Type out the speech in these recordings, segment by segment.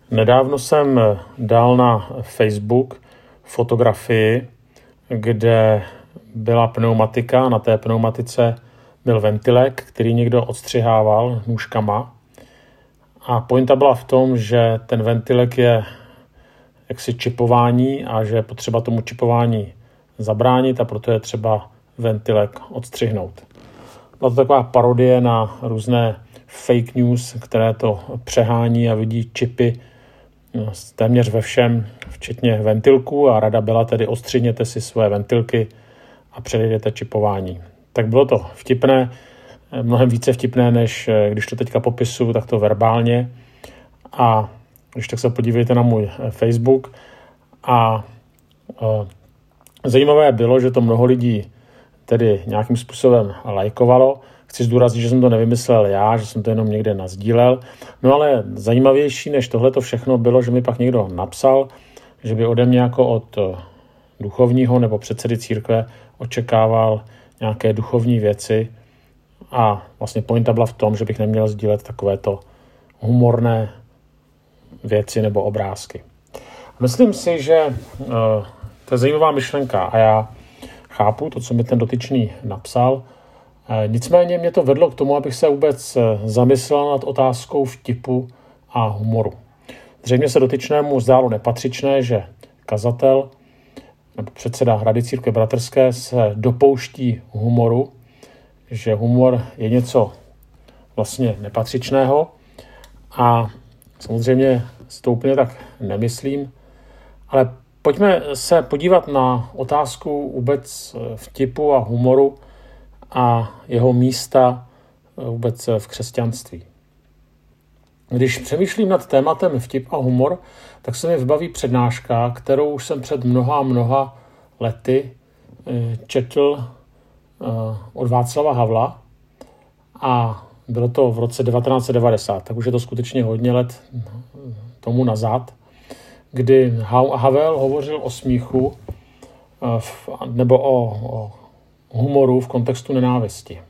Nedávno jsem dal na Facebook fotografii, kde byla pneumatika, na té pneumatice byl ventilek, který někdo odstřihával nůžkama. A pointa byla v tom, že ten ventilek je jaksi čipování a že je potřeba tomu čipování zabránit a proto je třeba ventilek odstřihnout. Byla to taková parodie na různé fake news, které to přehání a vidí čipy téměř ve všem, včetně ventilků, a rada byla tedy odstřihněte si svoje ventilky a předejděte čipování. Tak bylo to vtipné, mnohem více vtipné, než když to teďka popisuju, tak to verbálně. A když tak se podívejte na můj Facebook. A zajímavé bylo, že to mnoho lidí tedy nějakým způsobem lajkovalo. Chci zdůraznit, že jsem to nevymyslel já, že jsem to jenom někde nasdílel. No ale zajímavější než tohleto všechno bylo, že mi pak někdo napsal, že by ode mě jako od duchovního nebo předsedy církve očekával nějaké duchovní věci a vlastně pointa byla v tom, že bych neměl sdílet takovéto humorné věci nebo obrázky. Myslím si, že to je zajímavá myšlenka a já chápu to, co mi ten dotyčný napsal. Nicméně mě to vedlo k tomu, abych se vůbec zamyslel nad otázkou vtipu a humoru. Zřejmě se dotyčnému zdálo nepatřičné, že kazatel nebo předseda Rady církve bratrské se dopouští humoru, že humor je něco vlastně nepatřičného a samozřejmě si to úplně tak nemyslím, ale pojďme se podívat na otázku vůbec vtipu a humoru a jeho místa vůbec v křesťanství. Když přemýšlím nad tématem vtip a humor, tak se mi vybaví přednáška, kterou už jsem před mnoha lety četl od Václava Havla a bylo to v roce 1990, tak už je to skutečně hodně let tomu nazad, kdy Havel hovořil o smíchu nebo o humoru v kontextu nenávisti.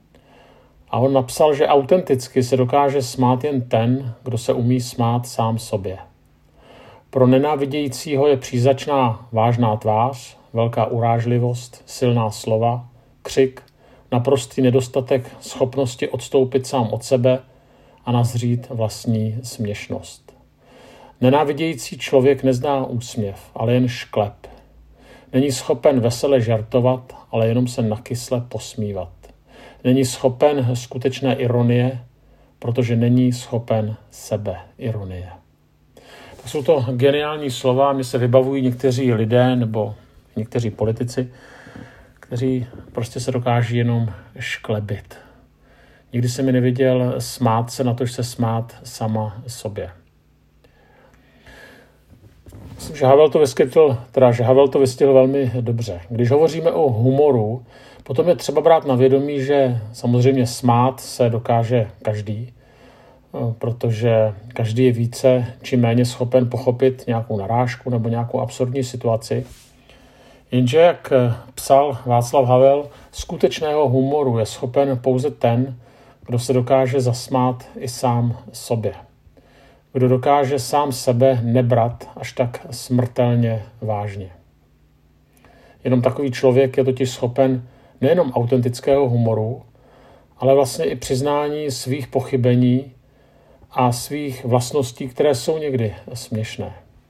A on napsal, že autenticky se dokáže smát jen ten, kdo se umí smát sám sobě. Pro nenávidějícího je příznačná vážná tvář, velká urážlivost, silná slova, křik, naprostý nedostatek schopnosti odstoupit sám od sebe a nazřít vlastní směšnost. Nenávidějící člověk nezná úsměv, ale jen šklep. Není schopen vesele žartovat, ale jenom se nakysle posmívat. Není schopen skutečné ironie, protože není schopen sebeironie. To jsou to geniální slova, mně se vybavují někteří lidé nebo někteří politici, kteří prostě se dokáží jenom šklebit. Nikdy jsem mi neviděl smát se, natož se smát sama sobě. Myslím, že Havel to vystihl velmi dobře. Když hovoříme o humoru, potom je třeba brát na vědomí, že samozřejmě smát se dokáže každý, protože každý je více či méně schopen pochopit nějakou narážku nebo nějakou absurdní situaci. Jenže, jak psal Václav Havel, skutečného humoru je schopen pouze ten, kdo se dokáže zasmát i sám sobě. Kdo dokáže sám sebe nebrat až tak smrtelně vážně. Jenom takový člověk je totiž schopen nejenom autentického humoru, ale vlastně i přiznání svých pochybení a svých vlastností, které jsou někdy směšné.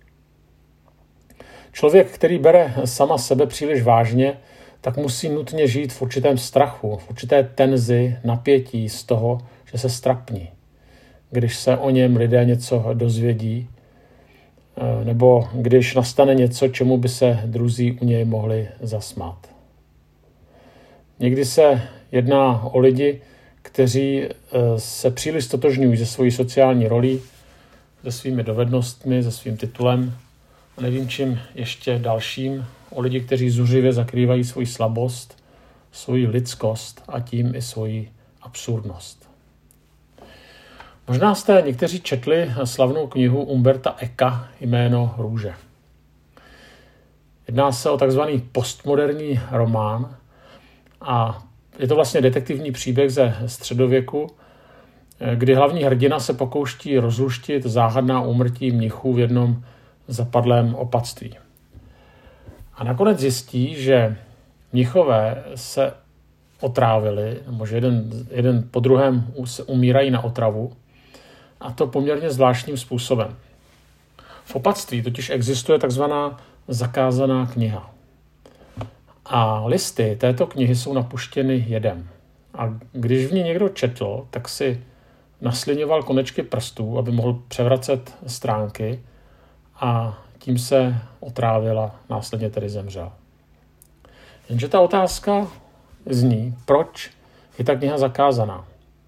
Člověk, který bere sama sebe příliš vážně, tak musí nutně žít v určitém strachu, v určité tenzi, napětí z toho, že se strapní. Když se o něm lidé něco dozvědí, nebo když nastane něco, čemu by se druzí u něj mohli zasmát. Někdy se jedná o lidi, kteří se příliš stotožňují se svojí sociální rolí, se svými dovednostmi, se svým titulem a nevím čím ještě dalším, o lidi, kteří zuřivě zakrývají svoji slabost, svoji lidskost a tím i svoji absurdnost. Možná jste někteří četli slavnou knihu Umberta Ecka Jméno růže. Jedná se o takzvaný postmoderní román a je to vlastně detektivní příběh ze středověku, kdy hlavní hrdina se pokouští rozluštit záhadná úmrtí mnichů v jednom zapadlém opatství. A nakonec zjistí, že mnichové se otrávili, nebo že jeden po druhém umírají na otravu, a to poměrně zvláštním způsobem. V opatství totiž existuje takzvaná zakázaná kniha. A listy této knihy jsou napuštěny jedem. A když v ní někdo četl, tak si nasliňoval konečky prstů, aby mohl převracet stránky, a tím se otrávil a následně tedy zemřel. Jenže ta otázka zní, proč je ta kniha zakázaná.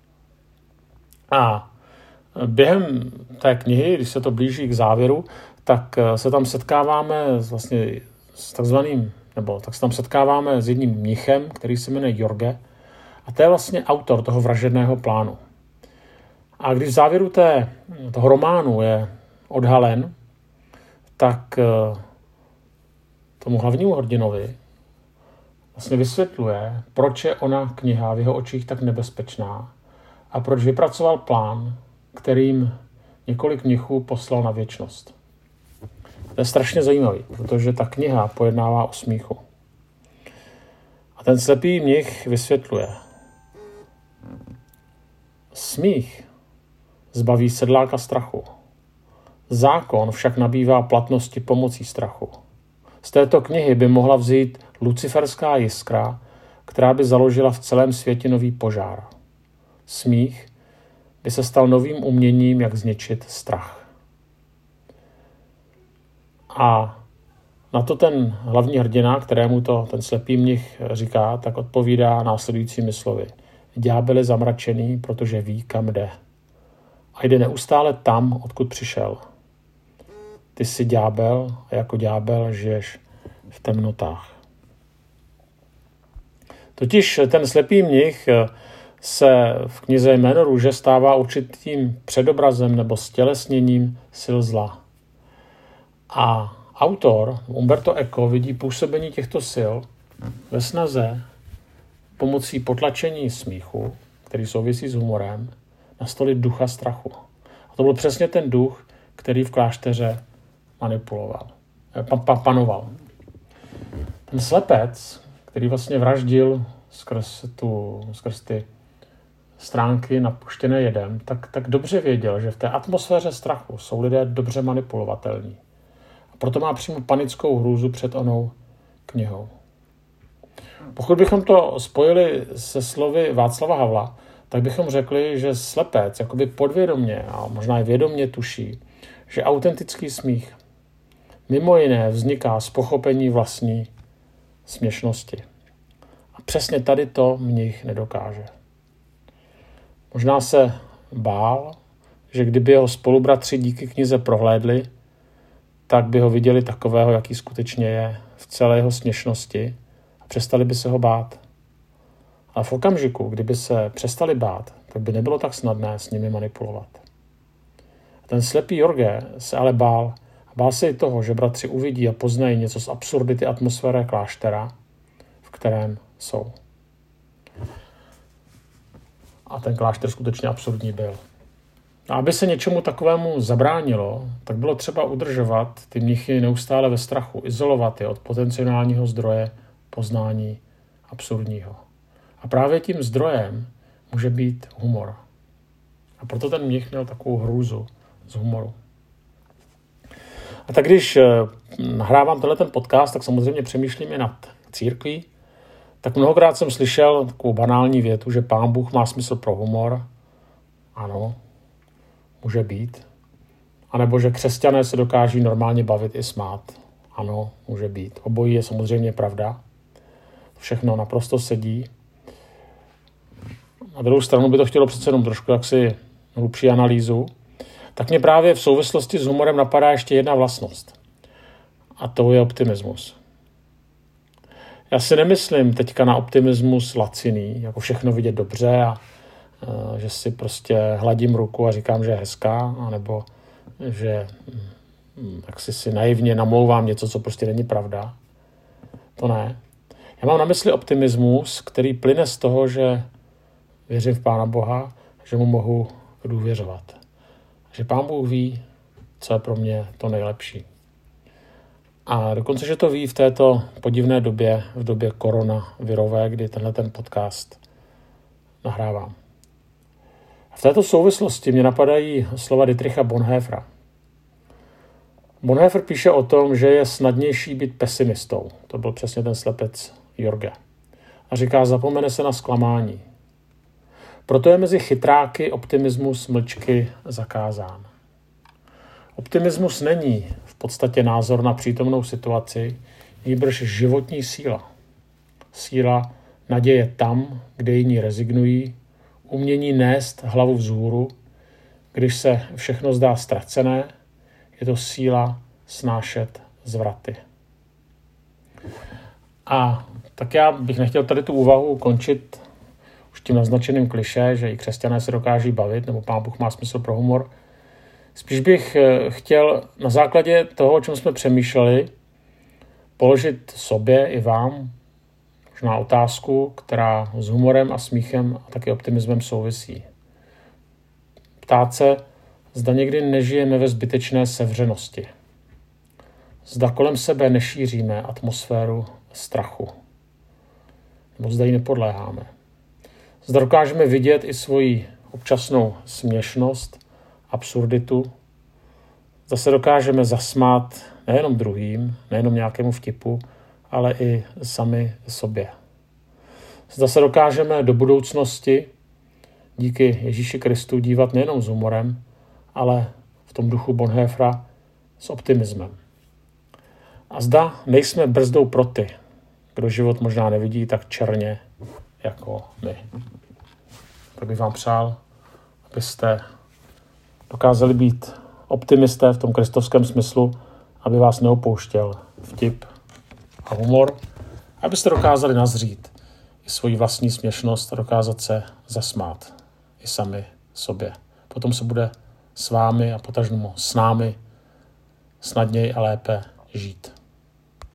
A během té knihy, když se to blíží k závěru, tak se tam setkáváme vlastně s takzvaným, nebo tak se tam setkáváme s jedním mnichem, který se jmenuje Jorge, a to je vlastně autor toho vražedného plánu. A když v závěru toho románu je odhalen, tak tomu hlavnímu hrdinovi vlastně vysvětluje, proč je ona kniha v jeho očích tak nebezpečná a proč vypracoval plán, kterým několik mnichů poslal na věčnost. To je strašně zajímavý, protože ta kniha pojednává o smíchu. A ten slepý mnich vysvětluje. Smích zbaví sedláka strachu. Zákon však nabývá platnosti pomocí strachu. Z této knihy by mohla vzít luciferská jiskra, která by založila v celém světě nový požár. Smích by se stal novým uměním, jak zničit strach. A na to ten hlavní hrdina, kterému to ten slepý mnich říká, tak odpovídá následujícími slovy. Ďábel je zamračený, protože ví, kam jde. A jde neustále tam, odkud přišel. Ty jsi ďábel a jako ďábel žiješ v temnotách. Totiž ten slepý mnich se v knize Jméno růže stává určitým předobrazem nebo stělesněním sil zla. A autor Umberto Eco vidí působení těchto sil ve snaze pomocí potlačení smíchu, který souvisí s humorem, nastolit ducha strachu. A to byl přesně ten duch, který v klášteře panoval. Ten slepec, který vlastně vraždil skrz ty stránky napuštěné jedem, tak dobře věděl, že v té atmosféře strachu jsou lidé dobře manipulovatelní. A proto má přímo panickou hrůzu před onou knihou. Pokud bychom to spojili se slovy Václava Havla, tak bychom řekli, že slepec jakoby podvědomě a možná i vědomě tuší, že autentický smích mimo jiné vzniká z pochopení vlastní směšnosti. A přesně tady to mnich nedokáže. Možná se bál, že kdyby jeho spolubratři díky knize prohlédli, tak by ho viděli takového, jaký skutečně je v celé jeho směšnosti a přestali by se ho bát. A v okamžiku, kdyby se přestali bát, tak by nebylo tak snadné s nimi manipulovat. A ten slepý Jorge se ale bál. Bál se i toho, že bratři uvidí a poznají něco z absurdity atmosféry kláštera, v kterém jsou. A ten klášter skutečně absurdní byl. A aby se něčemu takovému zabránilo, tak bylo třeba udržovat ty mnichy neustále ve strachu, izolovat je od potenciálního zdroje poznání absurdního. A právě tím zdrojem může být humor. A proto ten mnich měl takovou hrůzu z humoru. A tak když nahrávám tenhle podcast, tak samozřejmě přemýšlím i nad církví. Tak mnohokrát jsem slyšel takovou banální větu, že Pán Bůh má smysl pro humor. Ano, může být. A nebo že křesťané se dokáží normálně bavit i smát. Ano, může být. Obojí je samozřejmě pravda. Všechno naprosto sedí. Na druhou stranu by to chtělo přece jenom trošku jaksi hlubší analýzu. Tak mě právě v souvislosti s humorem napadá ještě jedna vlastnost. A to je optimismus. Já si nemyslím teďka na optimismus laciný, jako všechno vidět dobře a že si prostě hladím ruku a říkám, že je hezká, anebo že tak si naivně namlouvám něco, co prostě není pravda. To ne. Já mám na mysli optimismus, který plyne z toho, že věřím v Pána Boha, že mu mohu důvěřovat. Že Pán Bůh ví, co je pro mě to nejlepší. A dokonce, že to ví v této podivné době, v době koronavirové, kdy ten podcast nahrávám. A v této souvislosti mě napadají slova Dietricha Bonhoeffera. Bonhoeffer píše o tom, že je snadnější být pesimistou. To byl přesně ten slepec Jorge. A říká, zapomene se na zklamání. Proto je mezi chytráky optimismus mlčky zakázán. Optimismus není v podstatě názor na přítomnou situaci, nýbrž životní síla. Síla naděje tam, kde jiní rezignují, umění nést hlavu vzhůru, když se všechno zdá ztracené, je to síla snášet zvraty. A tak já bych nechtěl tady tu úvahu končit už tím naznačeným klišé, že i křesťané se dokáží bavit, nebo Pán Bůh má smysl pro humor. Spíš bych chtěl na základě toho, o čem jsme přemýšleli, položit sobě i vám možná otázku, která s humorem a smíchem a taky optimismem souvisí. Ptát se, zda někdy nežijeme ve zbytečné sevřenosti. Zda kolem sebe nešíříme atmosféru strachu. Nebo zda ji nepodléháme. Zda dokážeme vidět i svoji občasnou směšnost, absurditu. Zda se dokážeme zasmát nejenom druhým, nejenom nějakému vtipu, ale i sami sobě. Zda se dokážeme do budoucnosti díky Ježíši Kristu dívat nejenom s humorem, ale v tom duchu Bonhoeffera s optimismem. A zda nejsme brzdou pro ty, kdo život možná nevidí tak černě jako my. Tak bych vám přál, abyste dokázali být optimisté v tom kristovském smyslu, aby vás neopouštěl vtip a humor, abyste dokázali nazřít i svoji vlastní směšnost a dokázat se zasmát i sami sobě. Potom se bude s vámi a potažmo s námi snadněji a lépe žít.